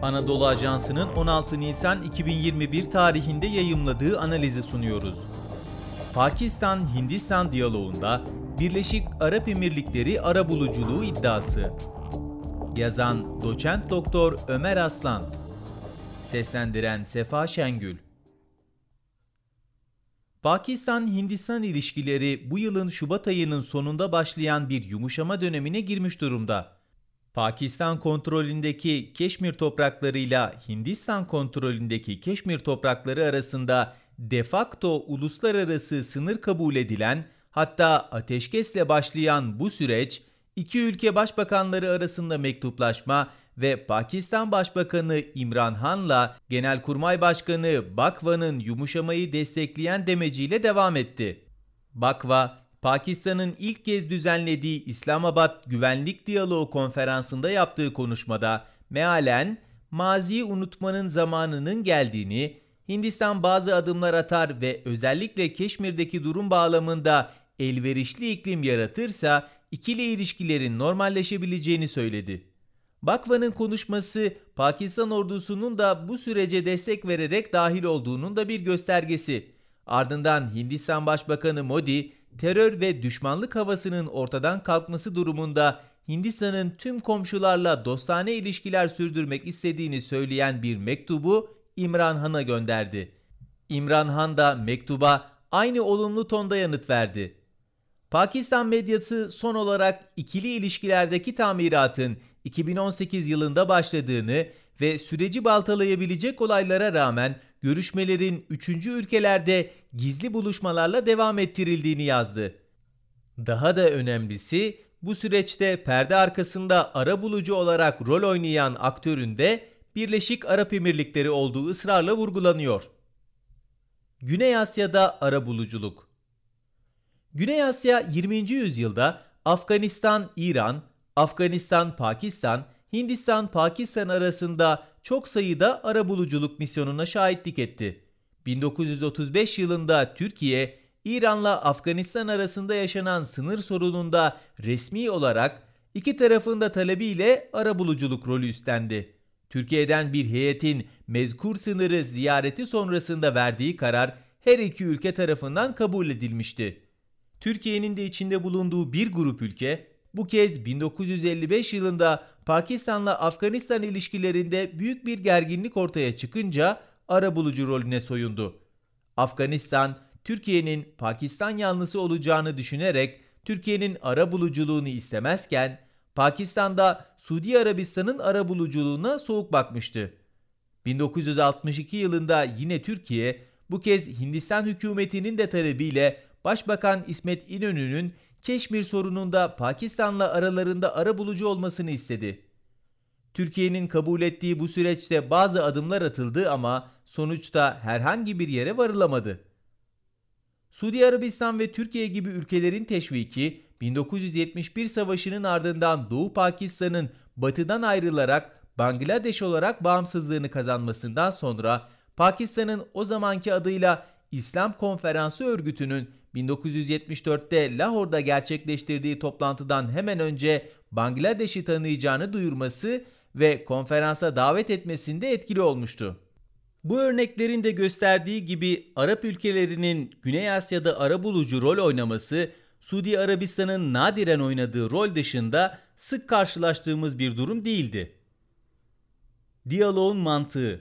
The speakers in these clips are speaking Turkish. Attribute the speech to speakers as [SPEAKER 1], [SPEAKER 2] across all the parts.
[SPEAKER 1] Anadolu Ajansı'nın 16 Nisan 2021 tarihinde yayımladığı analizi sunuyoruz. Pakistan-Hindistan diyaloğunda Birleşik Arap Emirlikleri arabuluculuğu iddiası. Yazan Doçent Doktor Ömer Aslan. Seslendiren Sefa Şengül. Pakistan-Hindistan ilişkileri bu yılın Şubat ayının sonunda başlayan bir yumuşama dönemine girmiş durumda. Pakistan kontrolündeki Keşmir topraklarıyla Hindistan kontrolündeki Keşmir toprakları arasında de facto uluslararası sınır kabul edilen, hatta ateşkesle başlayan bu süreç, iki ülke başbakanları arasında mektuplaşma ve Pakistan Başbakanı İmran Han'la Genelkurmay Başkanı Bakva'nın yumuşamayı destekleyen demeciyle devam etti. Bakva, Pakistan'ın ilk kez düzenlediği İslamabad Güvenlik Diyaloğu konferansında yaptığı konuşmada mealen maziyi unutmanın zamanının geldiğini, Hindistan bazı adımlar atar ve özellikle Keşmir'deki durum bağlamında elverişli iklim yaratırsa ikili ilişkilerin normalleşebileceğini söyledi. Bakva'nın konuşması Pakistan ordusunun da bu sürece destek vererek dahil olduğunun da bir göstergesi. Ardından Hindistan Başbakanı Modi, terör ve düşmanlık havasının ortadan kalkması durumunda Hindistan'ın tüm komşularla dostane ilişkiler sürdürmek istediğini söyleyen bir mektubu İmran Han'a gönderdi. İmran Han da mektuba aynı olumlu tonda yanıt verdi. Pakistan medyası son olarak ikili ilişkilerdeki tamiratın 2018 yılında başladığını ve süreci baltalayabilecek olaylara rağmen görüşmelerin 3. ülkelerde gizli buluşmalarla devam ettirildiğini yazdı. Daha da önemlisi, bu süreçte perde arkasında arabulucu olarak rol oynayan aktörün de Birleşik Arap Emirlikleri olduğu ısrarla vurgulanıyor. Güney Asya'da arabuluculuk. Güney Asya 20. yüzyılda Afganistan-İran, Afganistan-Pakistan, Hindistan-Pakistan arasında çok sayıda arabuluculuk misyonuna şahitlik etti. 1935 yılında Türkiye, İran'la Afganistan arasında yaşanan sınır sorununda resmi olarak iki tarafın da talebiyle arabuluculuk rolü üstlendi. Türkiye'den bir heyetin mezkur sınırı ziyareti sonrasında verdiği karar her iki ülke tarafından kabul edilmişti. Türkiye'nin de içinde bulunduğu bir grup ülke, bu kez 1955 yılında Pakistan'la Afganistan ilişkilerinde büyük bir gerginlik ortaya çıkınca arabulucu rolüne soyundu. Afganistan, Türkiye'nin Pakistan yanlısı olacağını düşünerek Türkiye'nin arabuluculuğunu istemezken, Pakistan'da Suudi Arabistan'ın arabuluculuğuna soğuk bakmıştı. 1962 yılında yine Türkiye, bu kez Hindistan hükümetinin de talebiyle Başbakan İsmet İnönü'nün Keşmir sorununda Pakistan'la aralarında arabulucu olmasını istedi. Türkiye'nin kabul ettiği bu süreçte bazı adımlar atıldı ama sonuçta herhangi bir yere varılamadı. Suudi Arabistan ve Türkiye gibi ülkelerin teşviki, 1971 Savaşı'nın ardından Doğu Pakistan'ın batıdan ayrılarak Bangladeş olarak bağımsızlığını kazanmasından sonra Pakistan'ın o zamanki adıyla İslam Konferansı Örgütü'nün 1974'te Lahor'da gerçekleştirdiği toplantıdan hemen önce Bangladeş'i tanıyacağını duyurması ve konferansa davet etmesinde etkili olmuştu. Bu örneklerin de gösterdiği gibi Arap ülkelerinin Güney Asya'da arabulucu rol oynaması, Suudi Arabistan'ın nadiren oynadığı rol dışında sık karşılaştığımız bir durum değildi. Diyaloğun mantığı.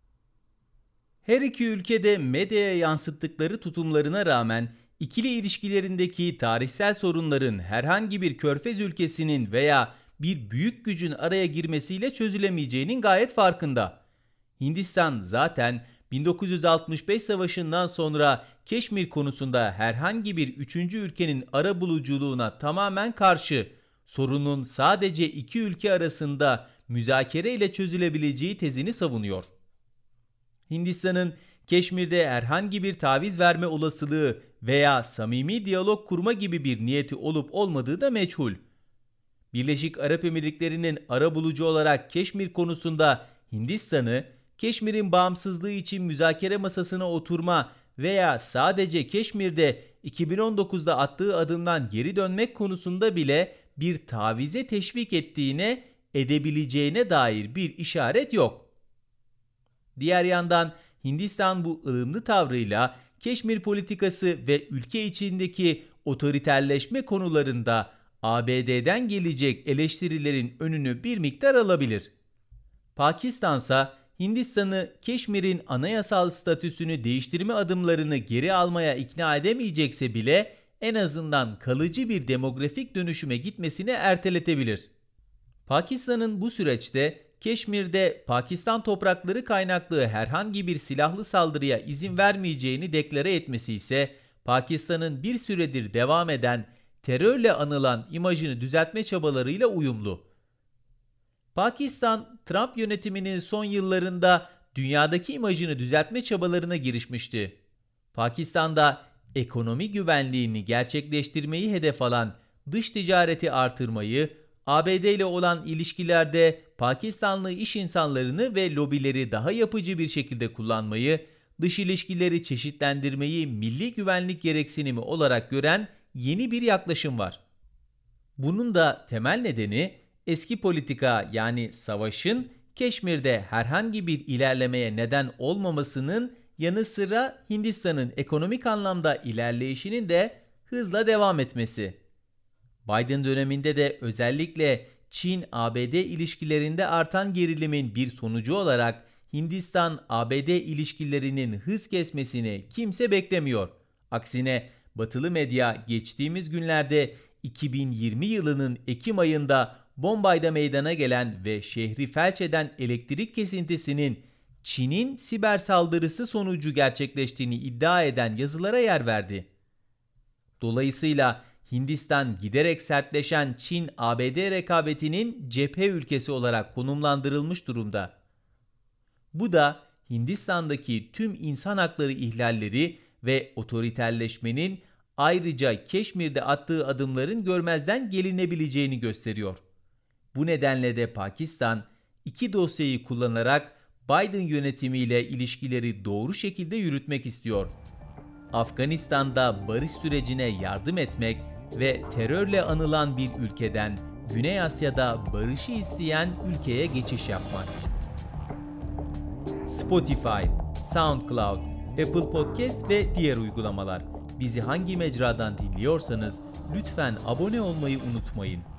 [SPEAKER 1] Her iki ülkede medyaya yansıttıkları tutumlarına rağmen ikili ilişkilerindeki tarihsel sorunların herhangi bir körfez ülkesinin veya bir büyük gücün araya girmesiyle çözülemeyeceğinin gayet farkında. Hindistan zaten 1965 Savaşı'ndan sonra Keşmir konusunda herhangi bir üçüncü ülkenin arabuluculuğuna tamamen karşı, sorunun sadece iki ülke arasında müzakere ile çözülebileceği tezini savunuyor. Hindistan'ın Keşmir'de herhangi bir taviz verme olasılığı veya samimi diyalog kurma gibi bir niyeti olup olmadığı da meçhul. Birleşik Arap Emirlikleri'nin arabulucu olarak Keşmir konusunda Hindistan'ı, Keşmir'in bağımsızlığı için müzakere masasına oturma veya sadece Keşmir'de 2019'da attığı adımdan geri dönmek konusunda bile bir tavize teşvik ettiğine, edebileceğine dair bir işaret yok. Diğer yandan Hindistan bu ılımlı tavrıyla Keşmir politikası ve ülke içindeki otoriterleşme konularında ABD'den gelecek eleştirilerin önünü bir miktar alabilir. Pakistan ise Hindistan'ı Keşmir'in anayasal statüsünü değiştirme adımlarını geri almaya ikna edemeyecekse bile en azından kalıcı bir demografik dönüşüme gitmesini erteletebilir. Pakistan'ın bu süreçte Keşmir'de Pakistan toprakları kaynaklı herhangi bir silahlı saldırıya izin vermeyeceğini deklare etmesi ise Pakistan'ın bir süredir devam eden terörle anılan imajını düzeltme çabalarıyla uyumlu. Pakistan, Trump yönetiminin son yıllarında dünyadaki imajını düzeltme çabalarına girişmişti. Pakistan'da ekonomi güvenliğini gerçekleştirmeyi hedef alan dış ticareti artırmayı, ABD ile olan ilişkilerde Pakistanlı iş insanlarını ve lobileri daha yapıcı bir şekilde kullanmayı, dış ilişkileri çeşitlendirmeyi milli güvenlik gereksinimi olarak gören yeni bir yaklaşım var. Bunun da temel nedeni eski politika yani savaşın Keşmir'de herhangi bir ilerlemeye neden olmamasının yanı sıra Hindistan'ın ekonomik anlamda ilerleyişinin de hızla devam etmesi. Biden döneminde de özellikle Çin-ABD ilişkilerinde artan gerilimin bir sonucu olarak Hindistan-ABD ilişkilerinin hız kesmesini kimse beklemiyor. Aksine Batılı medya geçtiğimiz günlerde 2020 yılının Ekim ayında Bombay'da meydana gelen ve şehri felç eden elektrik kesintisinin Çin'in siber saldırısı sonucu gerçekleştiğini iddia eden yazılara yer verdi. Dolayısıyla Hindistan giderek sertleşen Çin-ABD rekabetinin cephe ülkesi olarak konumlandırılmış durumda. Bu da Hindistan'daki tüm insan hakları ihlalleri ve otoriterleşmenin ayrıca Keşmir'de attığı adımların görmezden gelinebileceğini gösteriyor. Bu nedenle de Pakistan iki dosyayı kullanarak Biden yönetimiyle ilişkileri doğru şekilde yürütmek istiyor. Afganistan'da barış sürecine yardım etmek ve terörle anılan bir ülkeden Güney Asya'da barışı isteyen ülkeye geçiş yapmak. Spotify, SoundCloud, Apple Podcast ve diğer uygulamalar. Bizi hangi mecradan dinliyorsanız lütfen abone olmayı unutmayın.